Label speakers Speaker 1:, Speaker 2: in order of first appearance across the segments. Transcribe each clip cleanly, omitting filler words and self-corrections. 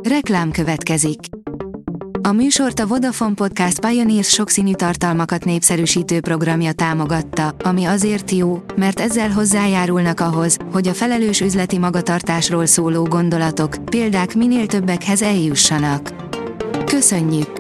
Speaker 1: Reklám következik. A műsort a Vodafone Podcast Pioneers sokszínű tartalmakat népszerűsítő programja támogatta, ami azért jó, mert ezzel hozzájárulnak ahhoz, hogy a felelős üzleti magatartásról szóló gondolatok, példák minél többekhez eljussanak. Köszönjük!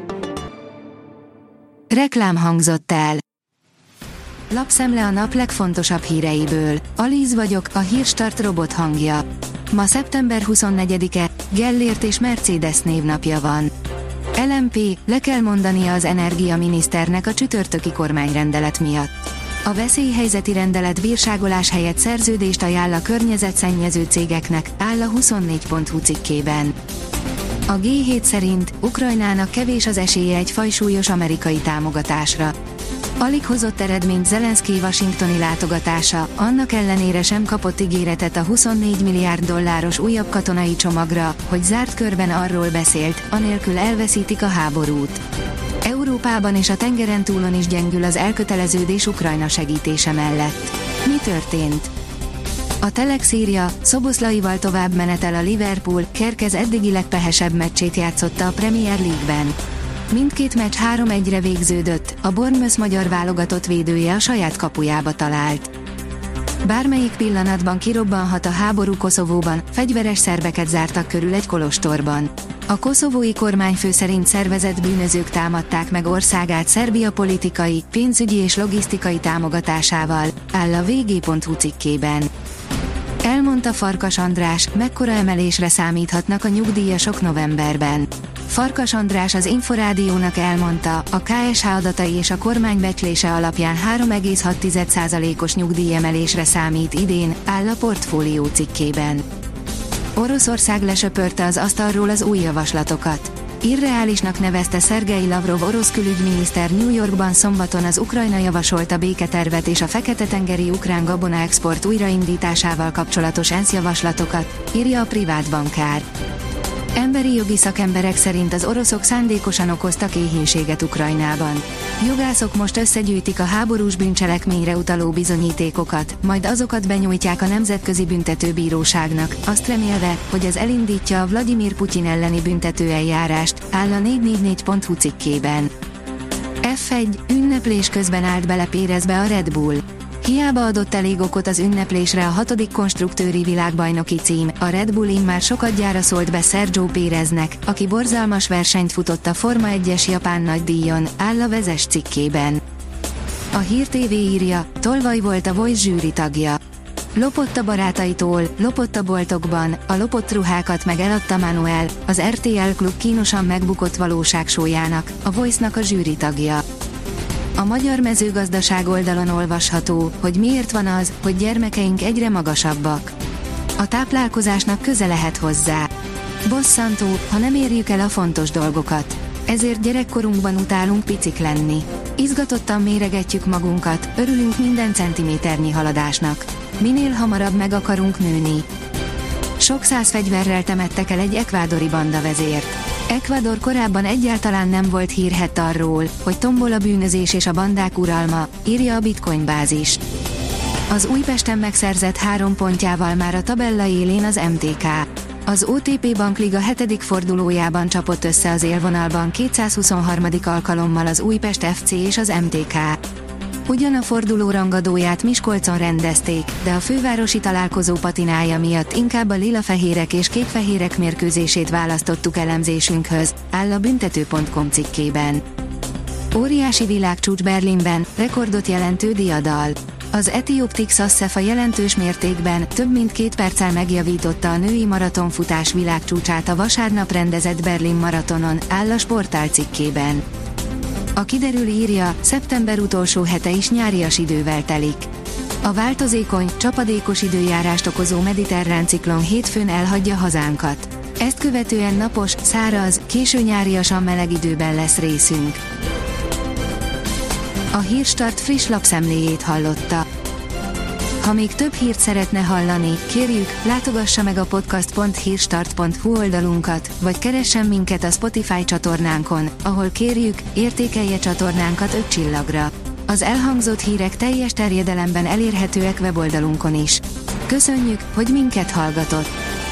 Speaker 1: Reklám hangzott el. Lapszemle a nap legfontosabb híreiből. Alíz vagyok, a Hírstart robot hangja. Ma szeptember 24-e, Gellért és Mercedes névnapja van. LMP, le kell mondania az energiaminiszternek a csütörtöki kormányrendelet miatt. A veszélyhelyzeti rendelet bírságolás helyett szerződést ajánl a környezetszennyező cégeknek, áll a 24.hu cikkében. A G7 szerint Ukrajnának kevés az esélye egy fajsúlyos amerikai támogatásra. Alig hozott eredményt Zelenszkij washingtoni látogatása, annak ellenére sem kapott ígéretet a 24 milliárd dolláros újabb katonai csomagra, hogy zárt körben arról beszélt, anélkül elveszítik a háborút. Európában és a tengeren túlon is gyengül az elköteleződés Ukrajna segítése mellett. Mi történt? A Telex írja, Szoboszlaival tovább menetel a Liverpool, Kerkez eddigi legpehesebb meccsét játszotta a Premier League-ben. Mindkét meccs 3-1-re végződött, a Bournemouth magyar válogatott védője a saját kapujába talált. Bármelyik pillanatban kirobbanhat a háború Koszovóban, fegyveres szerbeket zártak körül egy kolostorban. A koszovói kormányfő szerint szervezett bűnözők támadták meg országát Szerbia politikai, pénzügyi és logisztikai támogatásával, áll a vg.hu cikkében. Elmondta Farkas András, mekkora emelésre számíthatnak a nyugdíjasok novemberben. Farkas András az Inforádiónak elmondta, a KSH adatai és a kormány becslése alapján 3,6%-os nyugdíjemelésre számít idén, áll a Portfólió cikkében. Oroszország lesöpörte az asztalról az új javaslatokat. Irreálisnak nevezte Szergej Lavrov orosz külügyminiszter New Yorkban szombaton az Ukrajna javasolta béketervet és a Fekete-tengeri ukrán gabonaexport újraindításával kapcsolatos ENSZ javaslatokat, írja a privát bankár. Emberi jogi szakemberek szerint az oroszok szándékosan okoztak éhínséget Ukrajnában. Jogászok most összegyűjtik a háborús bűncselekményre utaló bizonyítékokat, majd azokat benyújtják a Nemzetközi Büntetőbíróságnak, azt remélve, hogy ez elindítja a Vladimir Putyin elleni büntetőeljárást, áll a 444.hu cikkében. F1 ünneplés közben állt bele Pérezbe a Red Bull. Hiába adott elég okot az ünneplésre a 6. konstruktőri világbajnoki cím, a Red Bull immár sokadjára szólt be Sergio Péreznek, aki borzalmas versenyt futott a Forma 1-es japán nagydíjon, áll a Vezes cikkében. A Hír TV írja, Tolvaj volt a Voice zsűri tagja. Lopott a barátaitól, lopott a boltokban, a lopott ruhákat meg eladta Manuel, az RTL Klub kínosan megbukott valóságsójának, a Voice-nak a zsűri tagja. A Magyar Mezőgazdaság oldalon olvasható, hogy miért van az, hogy gyermekeink egyre magasabbak. A táplálkozásnak köze lehet hozzá. Bosszantó, ha nem érjük el a fontos dolgokat. Ezért gyerekkorunkban utálunk picik lenni. Izgatottan méregetjük magunkat, örülünk minden centiméternyi haladásnak. Minél hamarabb meg akarunk nőni. Sok száz fegyverrel temettek el egy ekvádori bandavezért. Ecuador korábban egyáltalán nem volt hírhedt arról, hogy tombol a bűnözés és a bandák uralma, írja a Bitcoin bázis. Az Újpesten megszerzett 3 pontjával már a tabella élén az MTK. Az OTP Bankliga 7. fordulójában csapott össze az élvonalban 223. alkalommal az Újpest FC és az MTK. Ugyan a forduló rangadóját Miskolcon rendezték, de a fővárosi találkozó patinája miatt inkább a lila-fehérek és kék-fehérek mérkőzését választottuk elemzésünkhöz, áll a büntető.com cikkében. Óriási világcsúcs Berlinben, rekordot jelentő diadal. Az etióp Tikszasszefa jelentős mértékben, több mint 2 perccel megjavította a női maratonfutás világcsúcsát a vasárnap rendezett Berlin maratonon, áll a Sportál cikkében. A Kiderül írja, szeptember utolsó hete is nyárias idővel telik. A változékony, csapadékos időjárást okozó mediterrán ciklon hétfőn elhagyja hazánkat. Ezt követően napos, száraz, késő nyáriasan meleg időben lesz részünk. A Hírstart friss lapszemléjét hallotta. Ha még több hírt szeretne hallani, kérjük, látogassa meg a podcast.hírstart.hu oldalunkat, vagy keressen minket a Spotify csatornánkon, ahol kérjük, értékelje csatornánkat 5 csillagra. Az elhangzott hírek teljes terjedelemben elérhetőek weboldalunkon is. Köszönjük, hogy minket hallgatott!